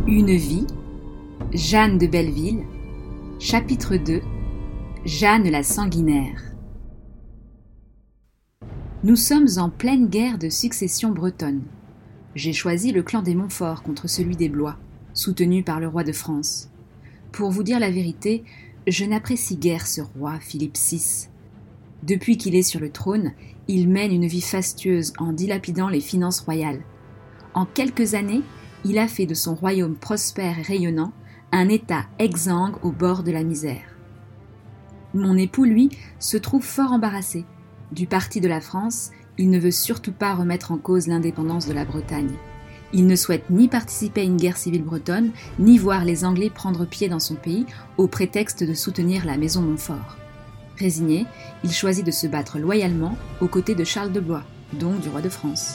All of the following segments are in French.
Une vie, Jeanne de Belleville, chapitre 2, Jeanne la sanguinaire. Nous sommes en pleine guerre de succession bretonne. J'ai choisi le clan des Montfort contre celui des Blois, soutenu par le roi de France. Pour vous dire la vérité, je n'apprécie guère ce roi, Philippe VI. Depuis qu'il est sur le trône, il mène une vie fastueuse en dilapidant les finances royales. En quelques années, il a fait de son royaume prospère et rayonnant un État exsangue au bord de la misère. Mon époux, lui, se trouve fort embarrassé. Du parti de la France, il ne veut surtout pas remettre en cause l'indépendance de la Bretagne. Il ne souhaite ni participer à une guerre civile bretonne, ni voir les Anglais prendre pied dans son pays au prétexte de soutenir la maison Montfort. Résigné, il choisit de se battre loyalement aux côtés de Charles de Blois, donc du roi de France.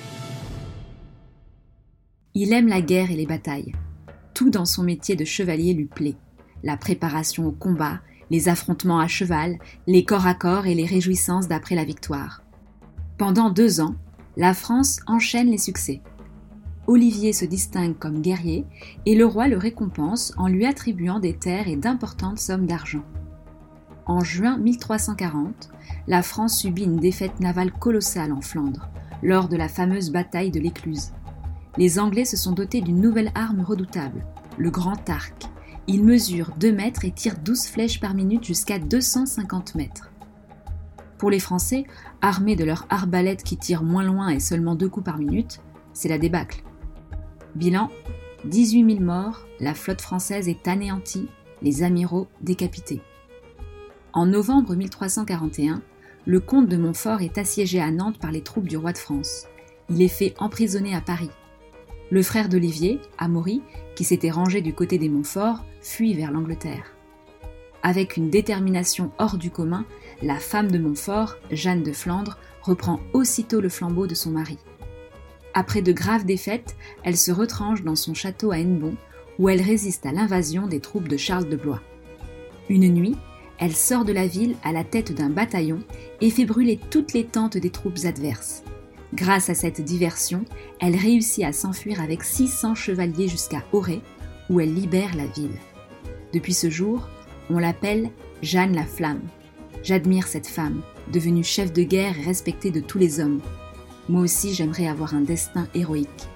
Il aime la guerre et les batailles. Tout dans son métier de chevalier lui plaît. La préparation au combat, les affrontements à cheval, les corps à corps et les réjouissances d'après la victoire. Pendant 2 ans, la France enchaîne les succès. Olivier se distingue comme guerrier et le roi le récompense en lui attribuant des terres et d'importantes sommes d'argent. En juin 1340, la France subit une défaite navale colossale en Flandre, lors de la fameuse bataille de l'Écluse. Les Anglais se sont dotés d'une nouvelle arme redoutable, le grand arc. Il mesure 2 mètres et tire 12 flèches par minute jusqu'à 250 mètres. Pour les Français, armés de leurs arbalètes qui tirent moins loin et seulement 2 coups par minute, c'est la débâcle. Bilan, 18 000 morts, la flotte française est anéantie, les amiraux décapités. En novembre 1341, le comte de Montfort est assiégé à Nantes par les troupes du roi de France. Il est fait emprisonner à Paris. Le frère d'Olivier, Amaury, qui s'était rangé du côté des Montfort, fuit vers l'Angleterre. Avec une détermination hors du commun, la femme de Montfort, Jeanne de Flandre, reprend aussitôt le flambeau de son mari. Après de graves défaites, elle se retranche dans son château à Hennebont, où elle résiste à l'invasion des troupes de Charles de Blois. Une nuit, elle sort de la ville à la tête d'un bataillon et fait brûler toutes les tentes des troupes adverses. Grâce à cette diversion, elle réussit à s'enfuir avec 600 chevaliers jusqu'à Auray, où elle libère la ville. Depuis ce jour, on l'appelle Jeanne la Flamme. J'admire cette femme, devenue chef de guerre et respectée de tous les hommes. Moi aussi, j'aimerais avoir un destin héroïque.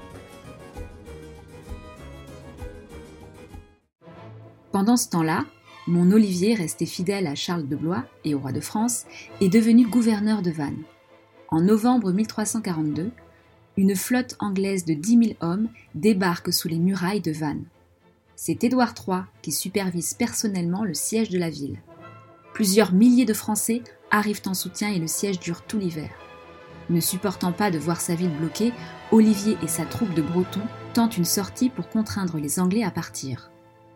Pendant ce temps-là, mon Olivier, resté fidèle à Charles de Blois et au roi de France, est devenu gouverneur de Vannes. En novembre 1342, une flotte anglaise de 10 000 hommes débarque sous les murailles de Vannes. C'est Édouard III qui supervise personnellement le siège de la ville. Plusieurs milliers de Français arrivent en soutien et le siège dure tout l'hiver. Ne supportant pas de voir sa ville bloquée, Olivier et sa troupe de Bretons tentent une sortie pour contraindre les Anglais à partir.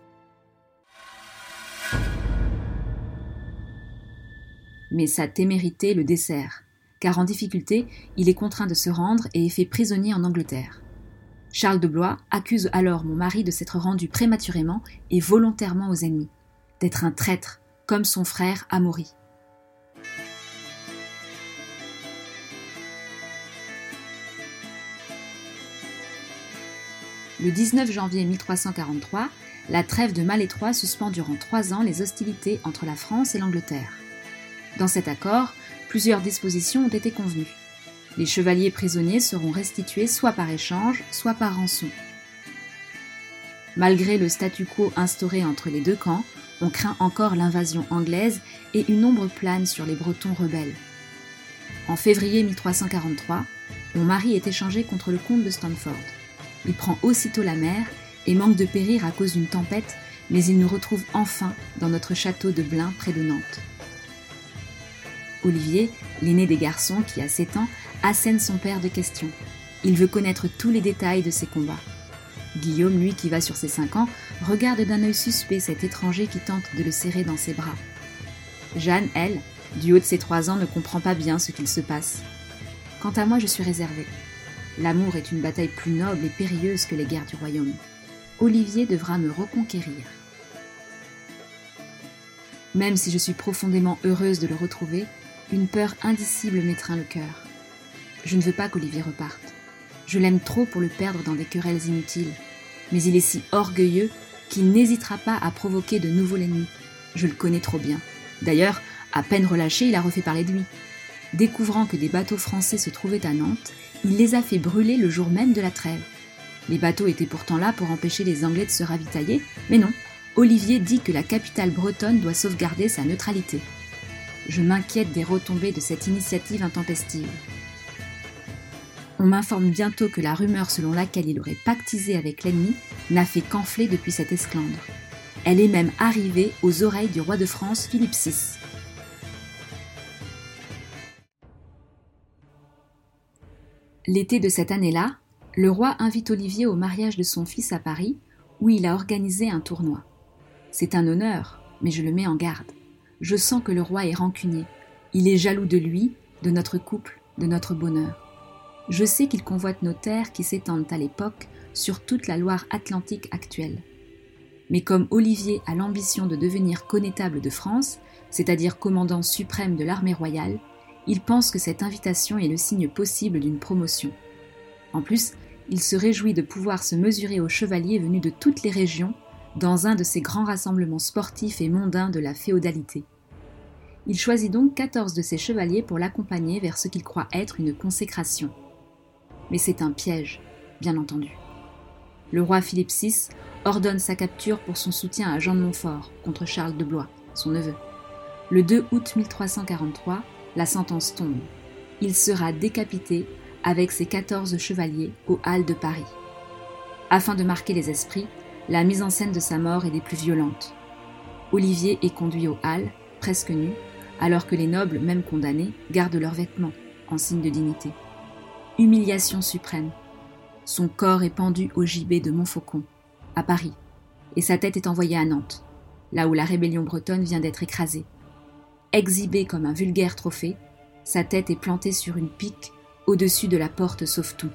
Mais sa témérité le dessert, car en difficulté, il est contraint de se rendre et est fait prisonnier en Angleterre. Charles de Blois accuse alors mon mari de s'être rendu prématurément et volontairement aux ennemis, d'être un traître, comme son frère Amaury. Le 19 janvier 1343, la trêve de Malétroit suspend durant 3 ans les hostilités entre la France et l'Angleterre. Dans cet accord, plusieurs dispositions ont été convenues. Les chevaliers prisonniers seront restitués soit par échange, soit par rançon. Malgré le statu quo instauré entre les 2 camps, on craint encore l'invasion anglaise et une ombre plane sur les Bretons rebelles. En février 1343, mon mari est échangé contre le comte de Stamford. Il prend aussitôt la mer et manque de périr à cause d'une tempête, mais il nous retrouve enfin dans notre château de Blain près de Nantes. Olivier, l'aîné des garçons qui a 7 ans, assène son père de questions. Il veut connaître tous les détails de ses combats. Guillaume, lui qui va sur ses 5 ans, regarde d'un œil suspect cet étranger qui tente de le serrer dans ses bras. Jeanne, elle, du haut de ses 3 ans, ne comprend pas bien ce qu'il se passe. Quant à moi, je suis réservée. L'amour est une bataille plus noble et périlleuse que les guerres du royaume. Olivier devra me reconquérir. Même si je suis profondément heureuse de le retrouver, une peur indicible m'étreint le cœur. Je ne veux pas qu'Olivier reparte. Je l'aime trop pour le perdre dans des querelles inutiles. Mais il est si orgueilleux qu'il n'hésitera pas à provoquer de nouveau l'ennemi. Je le connais trop bien. D'ailleurs, à peine relâché, il a refait parler de lui. Découvrant que des bateaux français se trouvaient à Nantes, il les a fait brûler le jour même de la trêve. Les bateaux étaient pourtant là pour empêcher les Anglais de se ravitailler, mais non, Olivier dit que la capitale bretonne doit sauvegarder sa neutralité. Je m'inquiète des retombées de cette initiative intempestive. On m'informe bientôt que la rumeur selon laquelle il aurait pactisé avec l'ennemi n'a fait qu'enfler depuis cette esclandre. Elle est même arrivée aux oreilles du roi de France Philippe VI. L'été de cette année-là, le roi invite Olivier au mariage de son fils à Paris, où il a organisé un tournoi. C'est un honneur, mais je le mets en garde. Je sens que le roi est rancunier. Il est jaloux de lui, de notre couple, de notre bonheur. Je sais qu'il convoite nos terres qui s'étendent à l'époque sur toute la Loire-Atlantique actuelle. Mais comme Olivier a l'ambition de devenir connétable de France, c'est-à-dire commandant suprême de l'armée royale, il pense que cette invitation est le signe possible d'une promotion. En plus, il se réjouit de pouvoir se mesurer aux chevaliers venus de toutes les régions dans un de ces grands rassemblements sportifs et mondains de la féodalité. Il choisit donc 14 de ses chevaliers pour l'accompagner vers ce qu'il croit être une consécration. Mais c'est un piège, bien entendu. Le roi Philippe VI ordonne sa capture pour son soutien à Jean de Montfort contre Charles de Blois, son neveu. Le 2 août 1343, la sentence tombe. Il sera décapité avec ses 14 chevaliers aux Halles de Paris. Afin de marquer les esprits, la mise en scène de sa mort est des plus violentes. Olivier est conduit aux Halles, presque nu, alors que les nobles, même condamnés, gardent leurs vêtements, en signe de dignité. Humiliation suprême. Son corps est pendu au gibet de Montfaucon, à Paris, et sa tête est envoyée à Nantes, là où la rébellion bretonne vient d'être écrasée. Exhibé comme un vulgaire trophée, sa tête est plantée sur une pique au-dessus de la porte Sauvetout.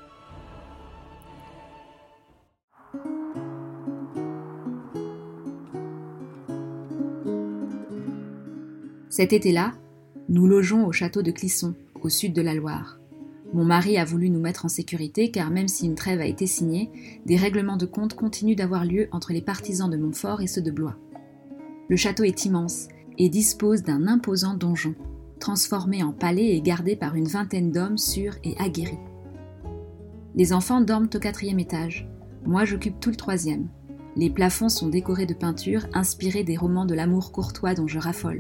Cet été-là, nous logeons au château de Clisson, au sud de la Loire. Mon mari a voulu nous mettre en sécurité car même si une trêve a été signée, des règlements de compte continuent d'avoir lieu entre les partisans de Montfort et ceux de Blois. Le château est immense et dispose d'un imposant donjon, transformé en palais et gardé par une vingtaine d'hommes sûrs et aguerris. Les enfants dorment au 4e étage. Moi, j'occupe tout le 3e. Les plafonds sont décorés de peintures inspirées des romans de l'amour courtois dont je raffole.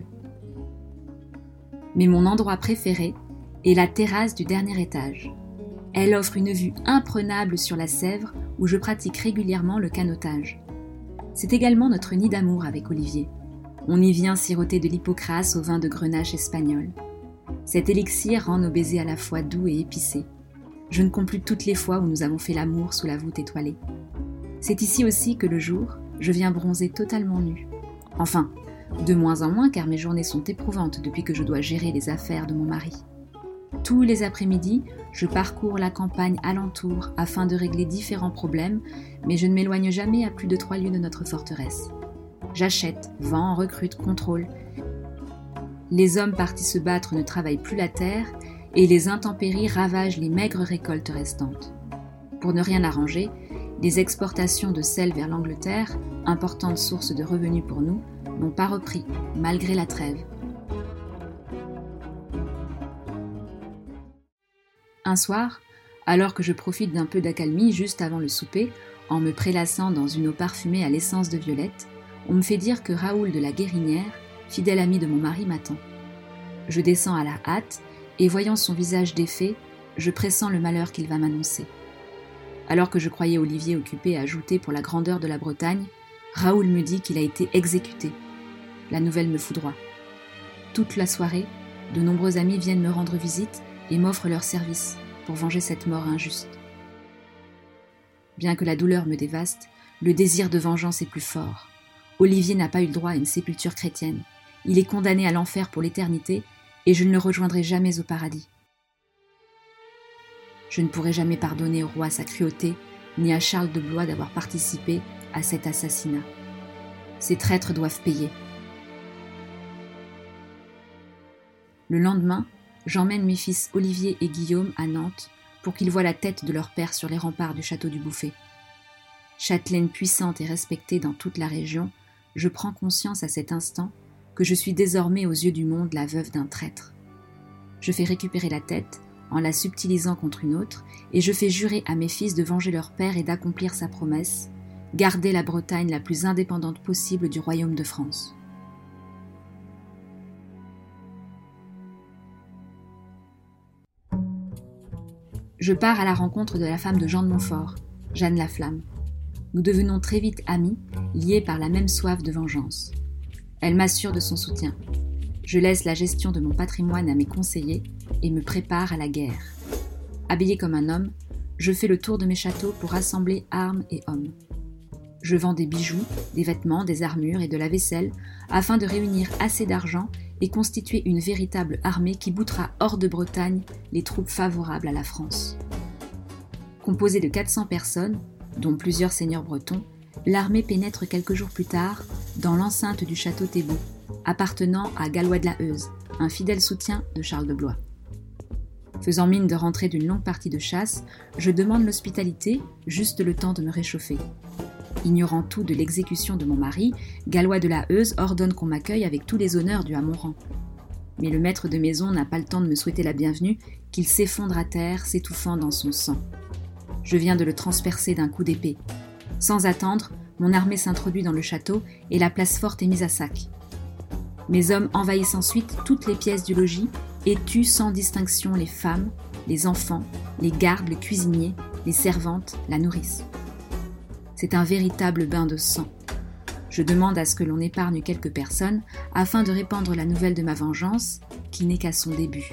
Mais mon endroit préféré est la terrasse du dernier étage. Elle offre une vue imprenable sur la Sèvre où je pratique régulièrement le canotage. C'est également notre nid d'amour avec Olivier. On y vient siroter de l'hypocrase au vin de Grenache espagnol. Cet élixir rend nos baisers à la fois doux et épicés. Je ne compte plus toutes les fois où nous avons fait l'amour sous la voûte étoilée. C'est ici aussi que le jour, je viens bronzer totalement nue. Enfin, de moins en moins car mes journées sont éprouvantes depuis que je dois gérer les affaires de mon mari. Tous les après-midi, je parcours la campagne alentour afin de régler différents problèmes, mais je ne m'éloigne jamais à plus de 3 lieues de notre forteresse. J'achète, vends, recrute, contrôle. Les hommes partis se battre ne travaillent plus la terre et les intempéries ravagent les maigres récoltes restantes. Pour ne rien arranger, les exportations de sel vers l'Angleterre, importante source de revenus pour nous, n'ont pas repris, malgré la trêve. Un soir, alors que je profite d'un peu d'accalmie juste avant le souper, en me prélassant dans une eau parfumée à l'essence de violette, on me fait dire que Raoul de la Guérinière, fidèle ami de mon mari, m'attend. Je descends à la hâte, et voyant son visage défait, je pressens le malheur qu'il va m'annoncer. Alors que je croyais Olivier occupé à jouter pour la grandeur de la Bretagne, Raoul me dit qu'il a été exécuté. La nouvelle me foudroie. Toute la soirée, de nombreux amis viennent me rendre visite et m'offrent leurs services pour venger cette mort injuste. Bien que la douleur me dévaste, le désir de vengeance est plus fort. Olivier n'a pas eu le droit à une sépulture chrétienne. Il est condamné à l'enfer pour l'éternité et je ne le rejoindrai jamais au paradis. Je ne pourrai jamais pardonner au roi sa cruauté, ni à Charles de Blois d'avoir participé à cet assassinat. Ces traîtres doivent payer. Le lendemain, j'emmène mes fils Olivier et Guillaume à Nantes pour qu'ils voient la tête de leur père sur les remparts du château du Bouffay. Châtelaine puissante et respectée dans toute la région, je prends conscience à cet instant que je suis désormais aux yeux du monde la veuve d'un traître. Je fais récupérer la tête en la subtilisant contre une autre et je fais jurer à mes fils de venger leur père et d'accomplir sa promesse, garder la Bretagne la plus indépendante possible du royaume de France. Je pars à la rencontre de la femme de Jean de Montfort, Jeanne la Flamme. Nous devenons très vite amies, liées par la même soif de vengeance. Elle m'assure de son soutien. Je laisse la gestion de mon patrimoine à mes conseillers et me prépare à la guerre. Habillée comme un homme, je fais le tour de mes châteaux pour rassembler armes et hommes. Je vends des bijoux, des vêtements, des armures et de la vaisselle afin de réunir assez d'argent et constituer une véritable armée qui boutera hors de Bretagne les troupes favorables à la France. Composée de 400 personnes, dont plusieurs seigneurs bretons, l'armée pénètre quelques jours plus tard dans l'enceinte du château Thébault, appartenant à Gallois de la Heuse, un fidèle soutien de Charles de Blois. Faisant mine de rentrer d'une longue partie de chasse, je demande l'hospitalité, juste le temps de me réchauffer. Ignorant tout de l'exécution de mon mari, Gallois de la Heuse ordonne qu'on m'accueille avec tous les honneurs dus à mon rang. Mais le maître de maison n'a pas le temps de me souhaiter la bienvenue, qu'il s'effondre à terre, s'étouffant dans son sang. Je viens de le transpercer d'un coup d'épée. Sans attendre, mon armée s'introduit dans le château et la place forte est mise à sac. Mes hommes envahissent ensuite toutes les pièces du logis et tuent sans distinction les femmes, les enfants, les gardes, le cuisinier, les servantes, la nourrice. C'est un véritable bain de sang. Je demande à ce que l'on épargne quelques personnes afin de répandre la nouvelle de ma vengeance, qui n'est qu'à son début.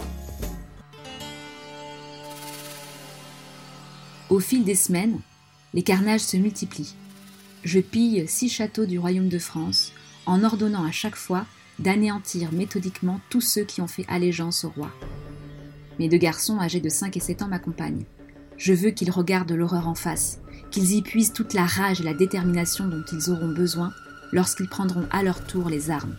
Au fil des semaines, les carnages se multiplient. Je pille 6 châteaux du royaume de France, en ordonnant à chaque fois d'anéantir méthodiquement tous ceux qui ont fait allégeance au roi. Mes 2 garçons âgés de 5 et 7 ans m'accompagnent. Je veux qu'ils regardent l'horreur en face, qu'ils y puisent toute la rage et la détermination dont ils auront besoin lorsqu'ils prendront à leur tour les armes.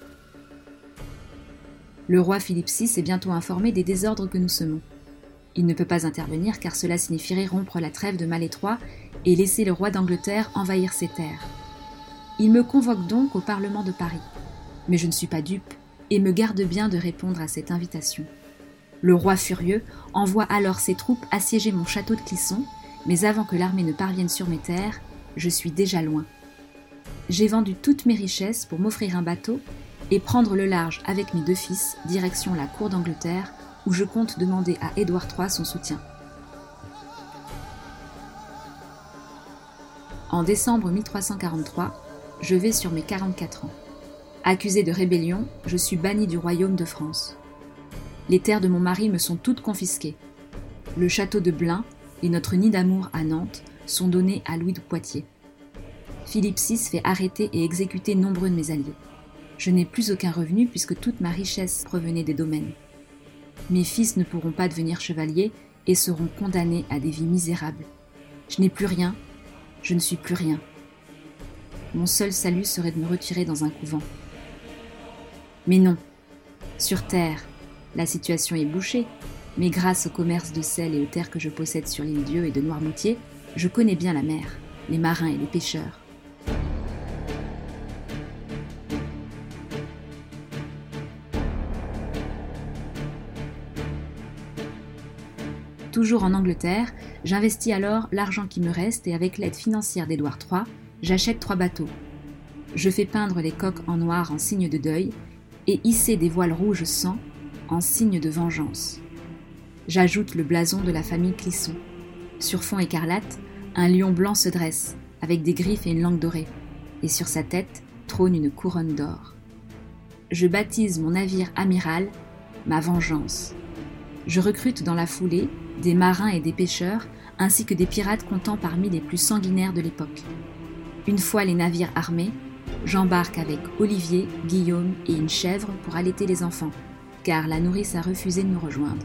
Le roi Philippe VI est bientôt informé des désordres que nous semons. Il ne peut pas intervenir car cela signifierait rompre la trêve de Malétroit et laisser le roi d'Angleterre envahir ses terres. Il me convoque donc au Parlement de Paris. Mais je ne suis pas dupe et me garde bien de répondre à cette invitation. Le roi furieux envoie alors ses troupes assiéger mon château de Clisson, mais avant que l'armée ne parvienne sur mes terres, je suis déjà loin. J'ai vendu toutes mes richesses pour m'offrir un bateau et prendre le large avec mes 2 fils, direction la cour d'Angleterre, où je compte demander à Édouard III son soutien. En décembre 1343, je vais sur mes 44 ans. Accusé de rébellion, je suis banni du royaume de France. Les terres de mon mari me sont toutes confisquées. Le château de Blain et notre nid d'amour à Nantes sont donnés à Louis de Poitiers. Philippe VI fait arrêter et exécuter nombreux de mes alliés. Je n'ai plus aucun revenu puisque toute ma richesse provenait des domaines. Mes fils ne pourront pas devenir chevaliers et seront condamnés à des vies misérables. Je n'ai plus rien, je ne suis plus rien. Mon seul salut serait de me retirer dans un couvent. Mais non, sur terre, la situation est bouchée, mais grâce au commerce de sel et aux terres que je possède sur l'île Dieu et de Noirmoutier, je connais bien la mer, les marins et les pêcheurs. Toujours en Angleterre, j'investis alors l'argent qui me reste et avec l'aide financière d'Édouard III, j'achète 3 bateaux. Je fais peindre les coques en noir en signe de deuil et hisser des voiles rouges sang en signe de vengeance. J'ajoute le blason de la famille Clisson. Sur fond écarlate, un lion blanc se dresse, avec des griffes et une langue dorée, et sur sa tête trône une couronne d'or. Je baptise mon navire amiral ma vengeance. Je recrute dans la foulée des marins et des pêcheurs, ainsi que des pirates comptant parmi les plus sanguinaires de l'époque. Une fois les navires armés, j'embarque avec Olivier, Guillaume et une chèvre pour allaiter les enfants, car la nourrice a refusé de nous rejoindre.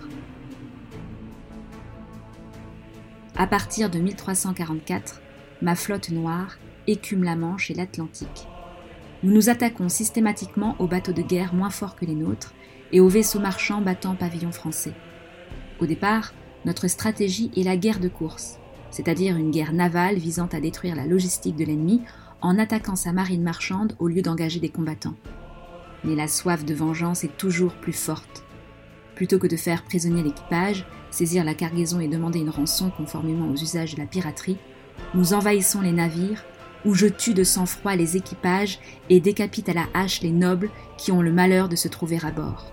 À partir de 1344, ma flotte noire écume la Manche et l'Atlantique. Nous nous attaquons systématiquement aux bateaux de guerre moins forts que les nôtres et aux vaisseaux marchands battant pavillon français. Au départ, notre stratégie est la guerre de course, c'est-à-dire une guerre navale visant à détruire la logistique de l'ennemi en attaquant sa marine marchande au lieu d'engager des combattants. Mais la soif de vengeance est toujours plus forte. Plutôt que de faire prisonnier l'équipage, saisir la cargaison et demander une rançon conformément aux usages de la piraterie, nous envahissons les navires, où je tue de sang-froid les équipages et décapite à la hache les nobles qui ont le malheur de se trouver à bord.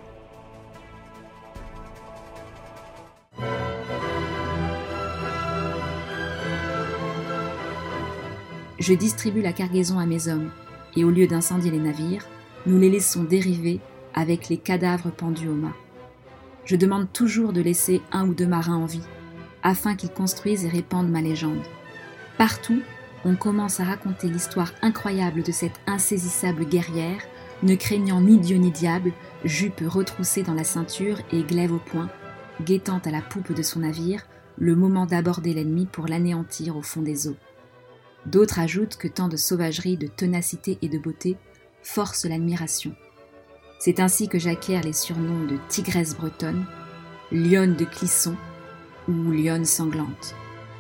Je distribue la cargaison à mes hommes, et au lieu d'incendier les navires, nous les laissons dériver avec les cadavres pendus au mât. Je demande toujours de laisser 1 ou 2 marins en vie, afin qu'ils construisent et répandent ma légende. Partout, on commence à raconter l'histoire incroyable de cette insaisissable guerrière, ne craignant ni Dieu ni diable, jupe retroussée dans la ceinture et glaive au poing, guettant à la poupe de son navire le moment d'aborder l'ennemi pour l'anéantir au fond des eaux. D'autres ajoutent que tant de sauvagerie, de ténacité et de beauté forcent l'admiration. C'est ainsi que j'acquiers les surnoms de tigresse bretonne, lionne de Clisson ou lionne sanglante.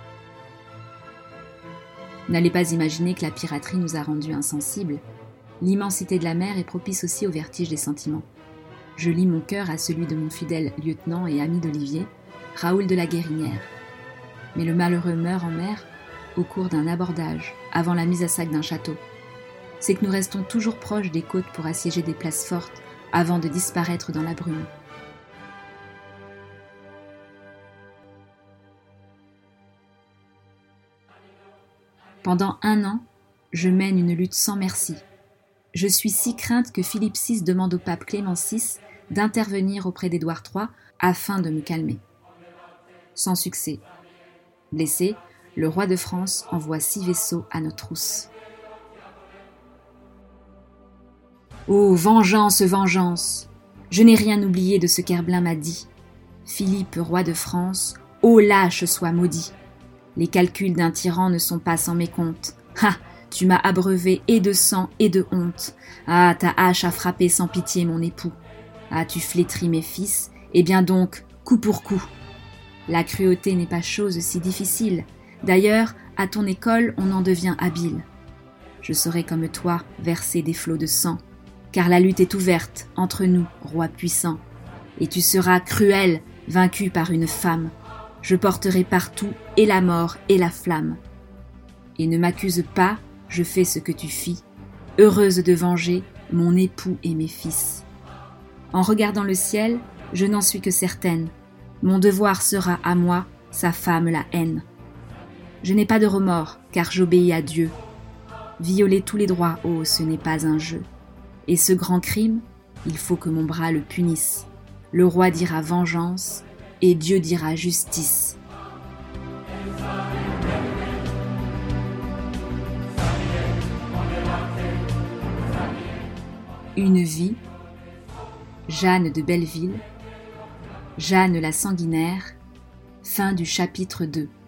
N'allez pas imaginer que la piraterie nous a rendus insensibles. L'immensité de la mer est propice aussi au vertige des sentiments. Je lie mon cœur à celui de mon fidèle lieutenant et ami d'Olivier, Raoul de la Guérinière. Mais le malheureux meurt en mer au cours d'un abordage, avant la mise à sac d'un château. C'est que nous restons toujours proches des côtes pour assiéger des places fortes avant de disparaître dans la brume. Pendant 1 an, je mène une lutte sans merci. Je suis si crainte que Philippe VI demande au pape Clément VI d'intervenir auprès d'Édouard III afin de me calmer. Sans succès. Blessé, le roi de France envoie 6 vaisseaux à nos trousses. Oh, vengeance, vengeance! Je n'ai rien oublié de ce qu'Herbelin m'a dit. Philippe, roi de France, ô lâche sois maudit! Les calculs d'un tyran ne sont pas sans mécompte. Ah, tu m'as abreuvé et de sang et de honte. Ah, ta hache a frappé sans pitié mon époux. Ah, tu flétris mes fils, et bien donc, coup pour coup. La cruauté n'est pas chose si difficile. D'ailleurs, à ton école, on en devient habile. Je saurai comme toi verser des flots de sang, car la lutte est ouverte entre nous, roi puissant. Et tu seras cruel, vaincu par une femme. Je porterai partout et la mort et la flamme. Et ne m'accuse pas, je fais ce que tu fis, heureuse de venger mon époux et mes fils. En regardant le ciel, je n'en suis que certaine. Mon devoir sera à moi, sa femme la haine. Je n'ai pas de remords, car j'obéis à Dieu. Violer tous les droits, oh, ce n'est pas un jeu. Et ce grand crime, il faut que mon bras le punisse. Le roi dira vengeance, et Dieu dira justice. Une vie, Jeanne de Belleville, Jeanne la sanguinaire, fin du chapitre 2.